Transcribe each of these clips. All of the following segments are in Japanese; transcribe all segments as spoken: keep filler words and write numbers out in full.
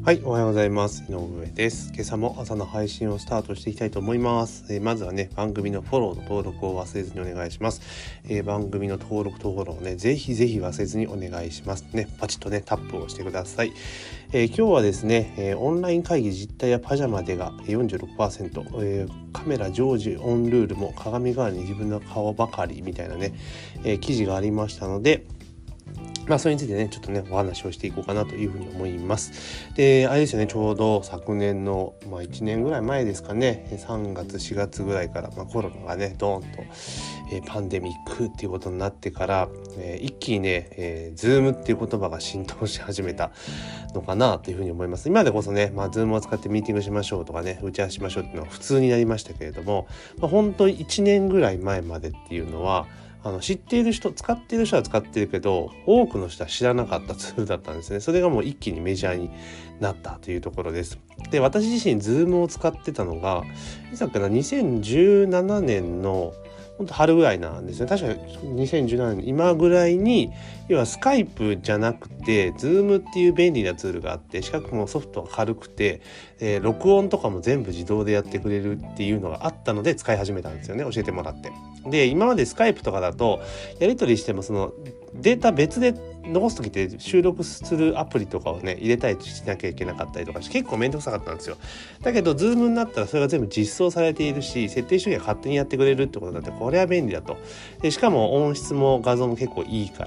はい、おはようございます。井上です。今朝も朝の配信をスタートしていきたいと思います。えー、まずはね、番組のフォローと登録を忘れずにお願いします。えー、番組の登録とフォローをね、ぜひぜひ忘れずにお願いします。ね、パチッとね、タップをしてください。えー、今日はですね、えー、オンライン会議実態やパジャマでが よんじゅうろくパーセント、えー、カメラ常時オンルールも鏡代わりに自分の顔ばかりみたいなね、えー、記事がありましたので、まあそれについてねちょっとねお話をしていこうかなというふうに思います。であれですよね、ちょうど昨年の、まあ、いちねんぐらい前ですかね、さんがつしがつぐらいから、まあ、コロナがねドーンと、えー、パンデミックっていうことになってから、えー、一気にね、えー、ズームっていう言葉が浸透し始めたのかなというふうに思います。今でこそね、まあ、ズームを使ってミーティングしましょうとかね、打ち合わせしましょうっていうのは普通になりましたけれども、まあ、本当にいちねんぐらい前までっていうのはあの知っている人、使っている人は使っているけど、多くの人は知らなかったツールだったんですね。それがもう一気にメジャーになったというところです。で、私自身 Zoom を使ってたのが、いつだっけな、にせんじゅうななねんの本当春ぐらいなんですね。確かににせんじゅうななねん今ぐらいに、要はスカイプじゃなくて Zoom っていう便利なツールがあって、しかもソフトが軽くて、えー、録音とかも全部自動でやってくれるっていうのがあったので使い始めたんですよね。教えてもらって。で、今までスカイプとかだとやり取りしてもそのデータ別で残すときって収録するアプリとかをね入れたりしなきゃいけなかったりとかして結構めんどくさかったんですよ。だけど Zoom になったらそれが全部実装されているし、設定主義が勝手にやってくれるってことだって、これは便利だと。でしかも音質も画像も結構いいから、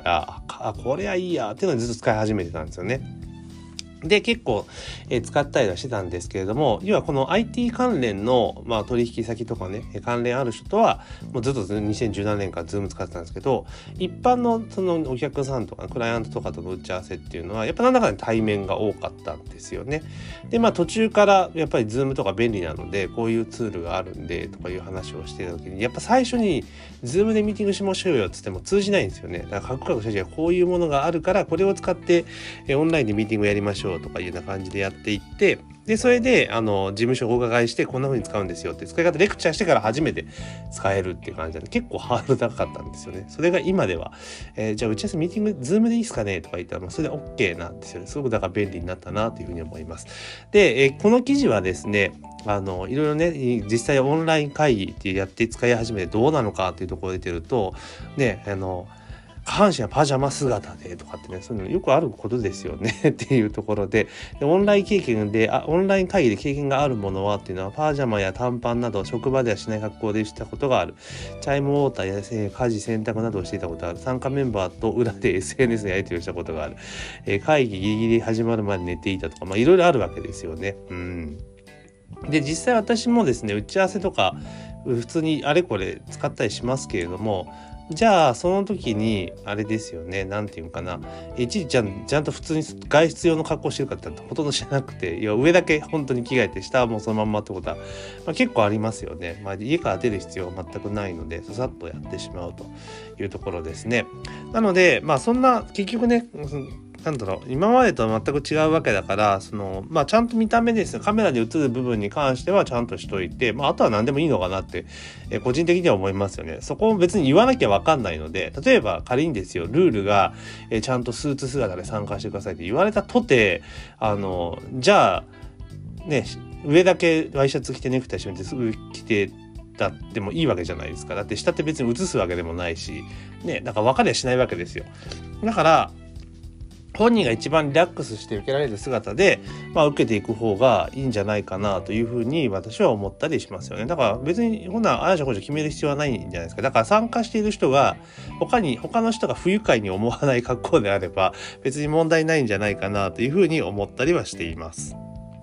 あ、これはいいやっていうのをずっと使い始めてたんですよね。で結構、えー、使ったりはしてたんですけれども、要はこの アイティー 関連の、まあ、取引先とかね関連ある人とはもうずっとにせんじゅうななねんから Zoom 使ってたんですけど、一般のそのお客さんとかクライアントとかとの打ち合わせっていうのはやっぱなんだかんだ対面が多かったんですよね。でまあ途中からやっぱり Zoom とか便利なのでこういうツールがあるんでとかいう話をしてた時に、やっぱ最初に Zoom でミーティングしましょうよっつっても通じないんですよね。だからカクカクしたちがこういうものがあるからこれを使ってえオンラインでミーティングやりましょうとかいうような感じでやっていって、でそれであの事務所をお伺いしてこんな風に使うんですよって使い方レクチャーしてから初めて使えるっていう感じで結構ハードル高かったんですよね。それが今では、えー、じゃあ打ち合わせミーティングズームでいいですかねとか言ったら、まあ、それで OK なんですよね。すごくだから便利になったなというふうに思います。で、えー、この記事はですね、あのいろいろね実際オンライン会議ってやって使い始めてどうなのかっていうところが出てるとね、あの下半身はパジャマ姿でとかってね、そういうのよくあることですよねっていうところで、でオンライン経験であオンライン会議で経験があるものはっていうのはパジャマや短パンなど職場ではしない格好でしたことがある、チャイムウォーターや、えー、家事洗濯などをしていたことがある、参加メンバーと裏で エスエヌエス でやり取りをしたことがある、えー、会議ギリギリ始まるまで寝ていたとか、まあいろいろあるわけですよね。うんで実際私もですね打ち合わせとか普通にあれこれ使ったりしますけれども、じゃあその時にあれですよね、なんていうかな、一時ちゃんちゃんと普通に外出用の格好してるかって言ったらほとんどしなくて、いや上だけ本当に着替えて下はもうそのまんまってことは、まあ、結構ありますよね。まあ、家から出る必要は全くないのでささっとやってしまうというところですね。なのでまあそんな結局ね、なんだろう、今までとは全く違うわけだから、そのまあちゃんと見た目ですね、カメラで映る部分に関してはちゃんとしといて、まああとは何でもいいのかなって、え個人的には思いますよね。そこを別に言わなきゃ分かんないので、例えば仮にですよ、ルールが、えちゃんとスーツ姿で参加してくださいって言われたとて、あのじゃあね、上だけワイシャツ着てネクタイ締めてすぐ着てだってもいいわけじゃないですか。だって下って別に映すわけでもないしね、だから分かりゃしないわけですよ。だから本人が一番リラックスして受けられる姿で、まあ、受けていく方がいいんじゃないかなというふうに私は思ったりしますよね。だから別にほんならあやしゃこじゃ決める必要はないんじゃないですか。だから参加している人が他に他の人が不愉快に思わない格好であれば別に問題ないんじゃないかなというふうに思ったりはしています。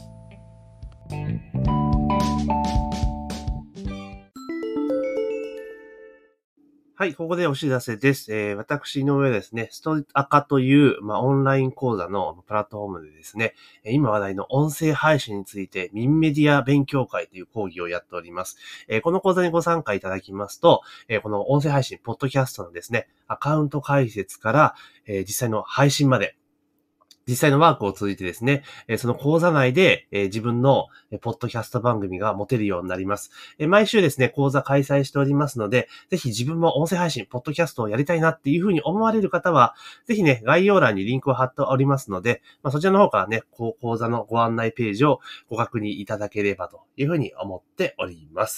はい、ここでお知らせです。えー、私、井上ですね、ストアカという、まあ、オンライン講座のプラットフォームでですね、今話題の音声配信について、民メディア勉強会という講義をやっております。えー、この講座にご参加いただきますと、えー、この音声配信、ポッドキャストのですね、アカウント開設から、えー、実際の配信まで、 実際のワークを通じてですね、えーその講座内で、えー自分の、えーポッドキャスト番組が持てるようになります。えー毎週ですね、講座開催しておりますので、ぜひ自分も音声配信、ポッドキャストをやりたいなっていうふうに思われる方は、ぜひね、概要欄にリンクを貼っておりますので、まあ、そちらの方からね、こう講座のご案内ページをご確認いただければというふうに思っております。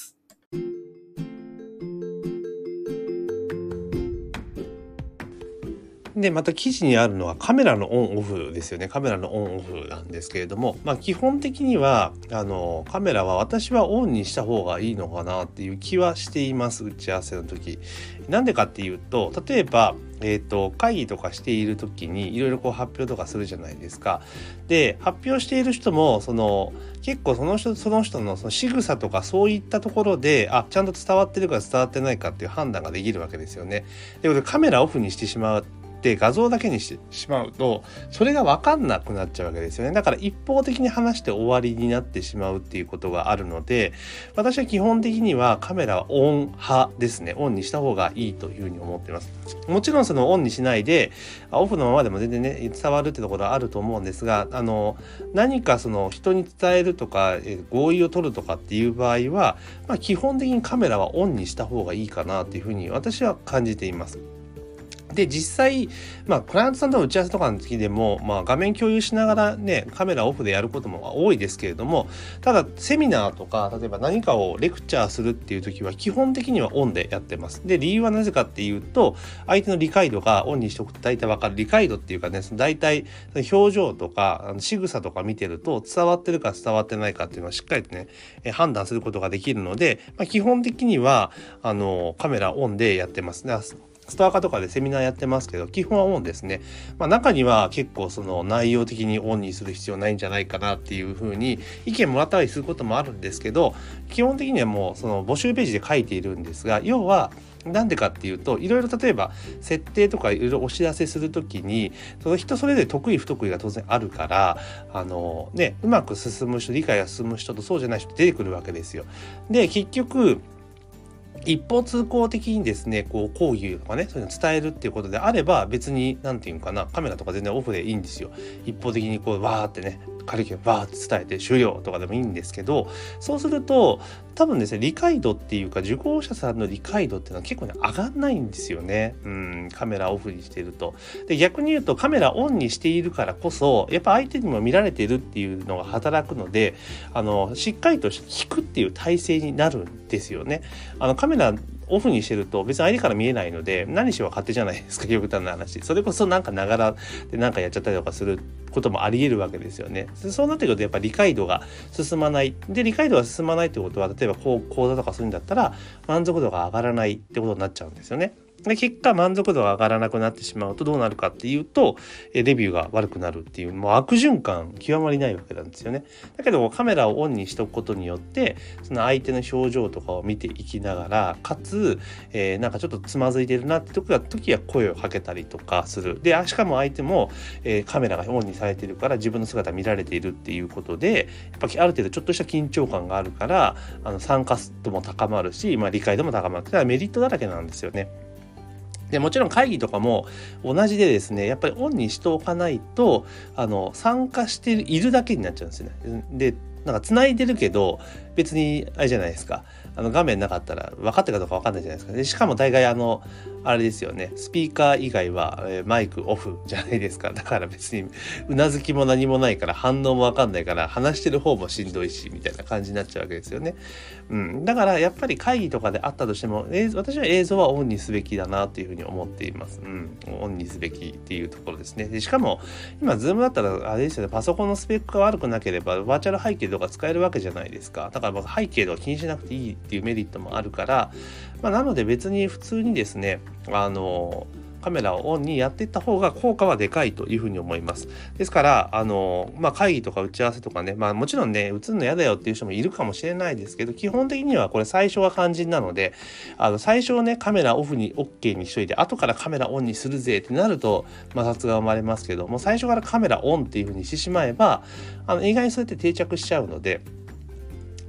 で、また記事にあるのはカメラのオンオフですよね。カメラのオンオフなんですけれども、まあ基本的には、あの、カメラは私はオンにした方がいいのかなっていう気はしています。打ち合わせの時。なんでかっていうと、例えば、えっと、会議とかしている時にいろいろこう発表とかするじゃないですか。で、発表している人も、その、結構その人、その人のその仕草とかそういったところで、あ、ちゃんと伝わってるか伝わってないかっていう判断ができるわけですよね。ということで、カメラオフにしてしまう。で画像だけにしてしまうとそれが分かんなくなっちゃうわけですよね。だから一方的に話して終わりになってしまうっていうことがあるので、私は基本的にはカメラはオン派ですね。オンにした方がいいというふうに思っています。もちろんそのオンにしないでオフのままでも全然ね伝わるってところはあると思うんですが、あの何かその人に伝えるとか合意を取るとかっていう場合は、まあ、基本的にカメラはオンにした方がいいかなというふうに私は感じています。で、実際、まあ、クライアントさんとの打ち合わせとかの時でも、まあ、画面共有しながらね、カメラオフでやることも多いですけれども、ただ、セミナーとか、例えば何かをレクチャーするっていう時は、基本的にはオンでやってます。で、理由はなぜかっていうと、相手の理解度がオンにしておくと大体わかる。理解度っていうかね、その大体、表情とか、あの仕草とか見てると、伝わってるか伝わってないかっていうのはしっかりとね、え判断することができるので、まあ、基本的には、あの、カメラオンでやってます。ストアカとかでセミナーやってますけど、基本はオンですね。まあ、中には結構その内容的にオンにする必要ないんじゃないかなっていう風に意見もらったりすることもあるんですけど、基本的にはもうその募集ページで書いているんですが、要はなんでかっていうと、いろいろ例えば設定とかいろいろお知らせするときに、その人それぞれ得意不得意が当然あるから、あのね、うまく進む人、理解が進む人とそうじゃない人出てくるわけですよ。で、結局、一方通行的にですね、こう講義とかね、そういうのを伝えるっていうことであれば、別になんていうかな、カメラとか全然オフでいいんですよ。一方的にこうわーってね、カリキュラムバーって伝えて終了とかでもいいんですけど、そうすると多分ですね、理解度っていうか受講者さんの理解度っていうのは結構ね上がんないんですよね。うん、カメラオフにしてると。で、逆に言うとカメラオンにしているからこそ、やっぱ相手にも見られているっていうのが働くので、あのしっかりと聞くっていう体制になるんですよね。あのカメラオフにしてると別に相手から見えないので、何しろ勝手じゃないですか、極端な話。それこそなんかながらでなんかやっちゃったりとかすることもあり得るわけですよね。そうなってくるとやっぱり理解度が進まない。で、理解度が進まないってことは、例えばこう講座とかするんだったら満足度が上がらないってことになっちゃうんですよね。で、結果満足度が上がらなくなってしまうとどうなるかっていうと、レビューが悪くなるっていう、もう悪循環極まりないわけなんですよね。だけどカメラをオンにしておくことによって、その相手の表情とかを見ていきながら、かつ、えー、なんかちょっとつまずいてるなって時は時は声をかけたりとかする。で、しかも相手も、えー、カメラがオンにされているから自分の姿見られているっていうことで、やっぱある程度ちょっとした緊張感があるから、あの参加度も高まるし、まあ、理解度も高まる。だからメリットだらけなんですよね。で、もちろん会議とかも同じでですね、やっぱりオンにしておかないと、あの、参加しているだけになっちゃうんですよね。で、なんか繋いでるけど、別にあれじゃないですか。あの画面なかったら分かってるかどうか分かんないじゃないですか。で、しかも大概あの、あれですよね。スピーカー以外は、えー、マイクオフじゃないですか。だから別にうなずきも何もないから反応も分かんないから話してる方もしんどいしみたいな感じになっちゃうわけですよね。うん。だからやっぱり会議とかであったとしても、えー、私は映像はオンにすべきだなというふうに思っています。うん。オンにすべきっていうところですね。で、しかも今ズームだったらあれですよね。パソコンのスペックが悪くなければバーチャル背景とか使えるわけじゃないですか。だから背景とか気にしなくていいっていうメリットもあるから、まあ、なので別に普通にですね、あのカメラをオンにやっていった方が効果はでかいというふうに思います。ですから、あの、まあ、会議とか打ち合わせとかね、まあ、もちろんね、映るの嫌だよっていう人もいるかもしれないですけど、基本的にはこれ最初は肝心なので、あの、最初ね、カメラオフに OK にしといて、後からカメラオンにするぜってなると、摩擦が生まれますけども、最初からカメラオンっていうふうにしてしまえば、あの、意外にそうやって定着しちゃうので、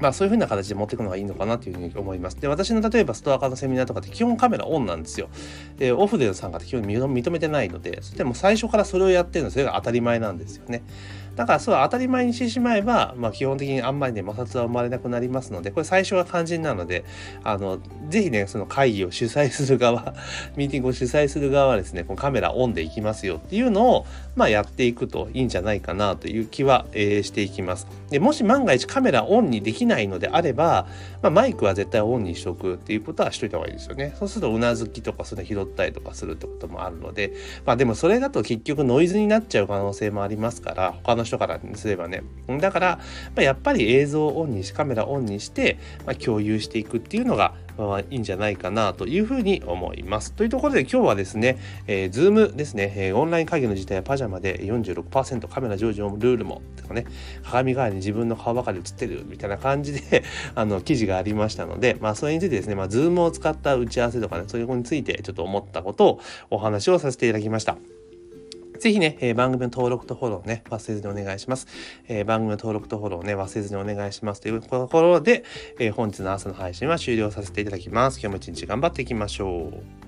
まあそういう風な形で持っていくのがいいのかなというふうに思います。で、私の例えばストア化のセミナーとかって基本カメラオンなんですよ。で、オフでの参加って基本認めてないので、でも最初からそれをやってるのそれが当たり前なんですよね。だからそう当たり前にしてしまえば、まあ基本的にあんまりね摩擦は生まれなくなりますので、これ最初が肝心なので、あのぜひねその会議を主催する側、ミーティングを主催する側はですね、このカメラオンでいきますよっていうのをまあやっていくといいんじゃないかなという気は、えー、していきます。で、もし万が一カメラオンにできないのであれば、まあ、マイクは絶対オンにしとくっていうことはしといた方がいいですよね。そうするとうなずきとかそれ拾ったりとかするってこともあるので、まあでもそれだと結局ノイズになっちゃう可能性もありますから、他の人からすればね。だから、まあ、やっぱり映像をオンにし、カメラオンにして、まあ、共有していくっていうのが、まあ、いいんじゃないかなというふうに思います。というところで今日はですね、えー、Zoom ですね、えー、オンライン会議の時代はパジャマで よんじゅうろくパーセント カメラ常時もルールもとかね、鏡代わりに自分の顔ばかり映ってるみたいな感じであの記事がありましたので、まあそれについてですね、まあ Zoom を使った打ち合わせとかね、そういうことについてちょっと思ったことをお話をさせていただきました。ぜひね、えー、番組の登録とフォローね、忘れずにお願いします。えー、番組の登録とフォローね、忘れずにお願いします。というところで、えー、本日の朝の配信は終了させていただきます。今日も一日頑張っていきましょう。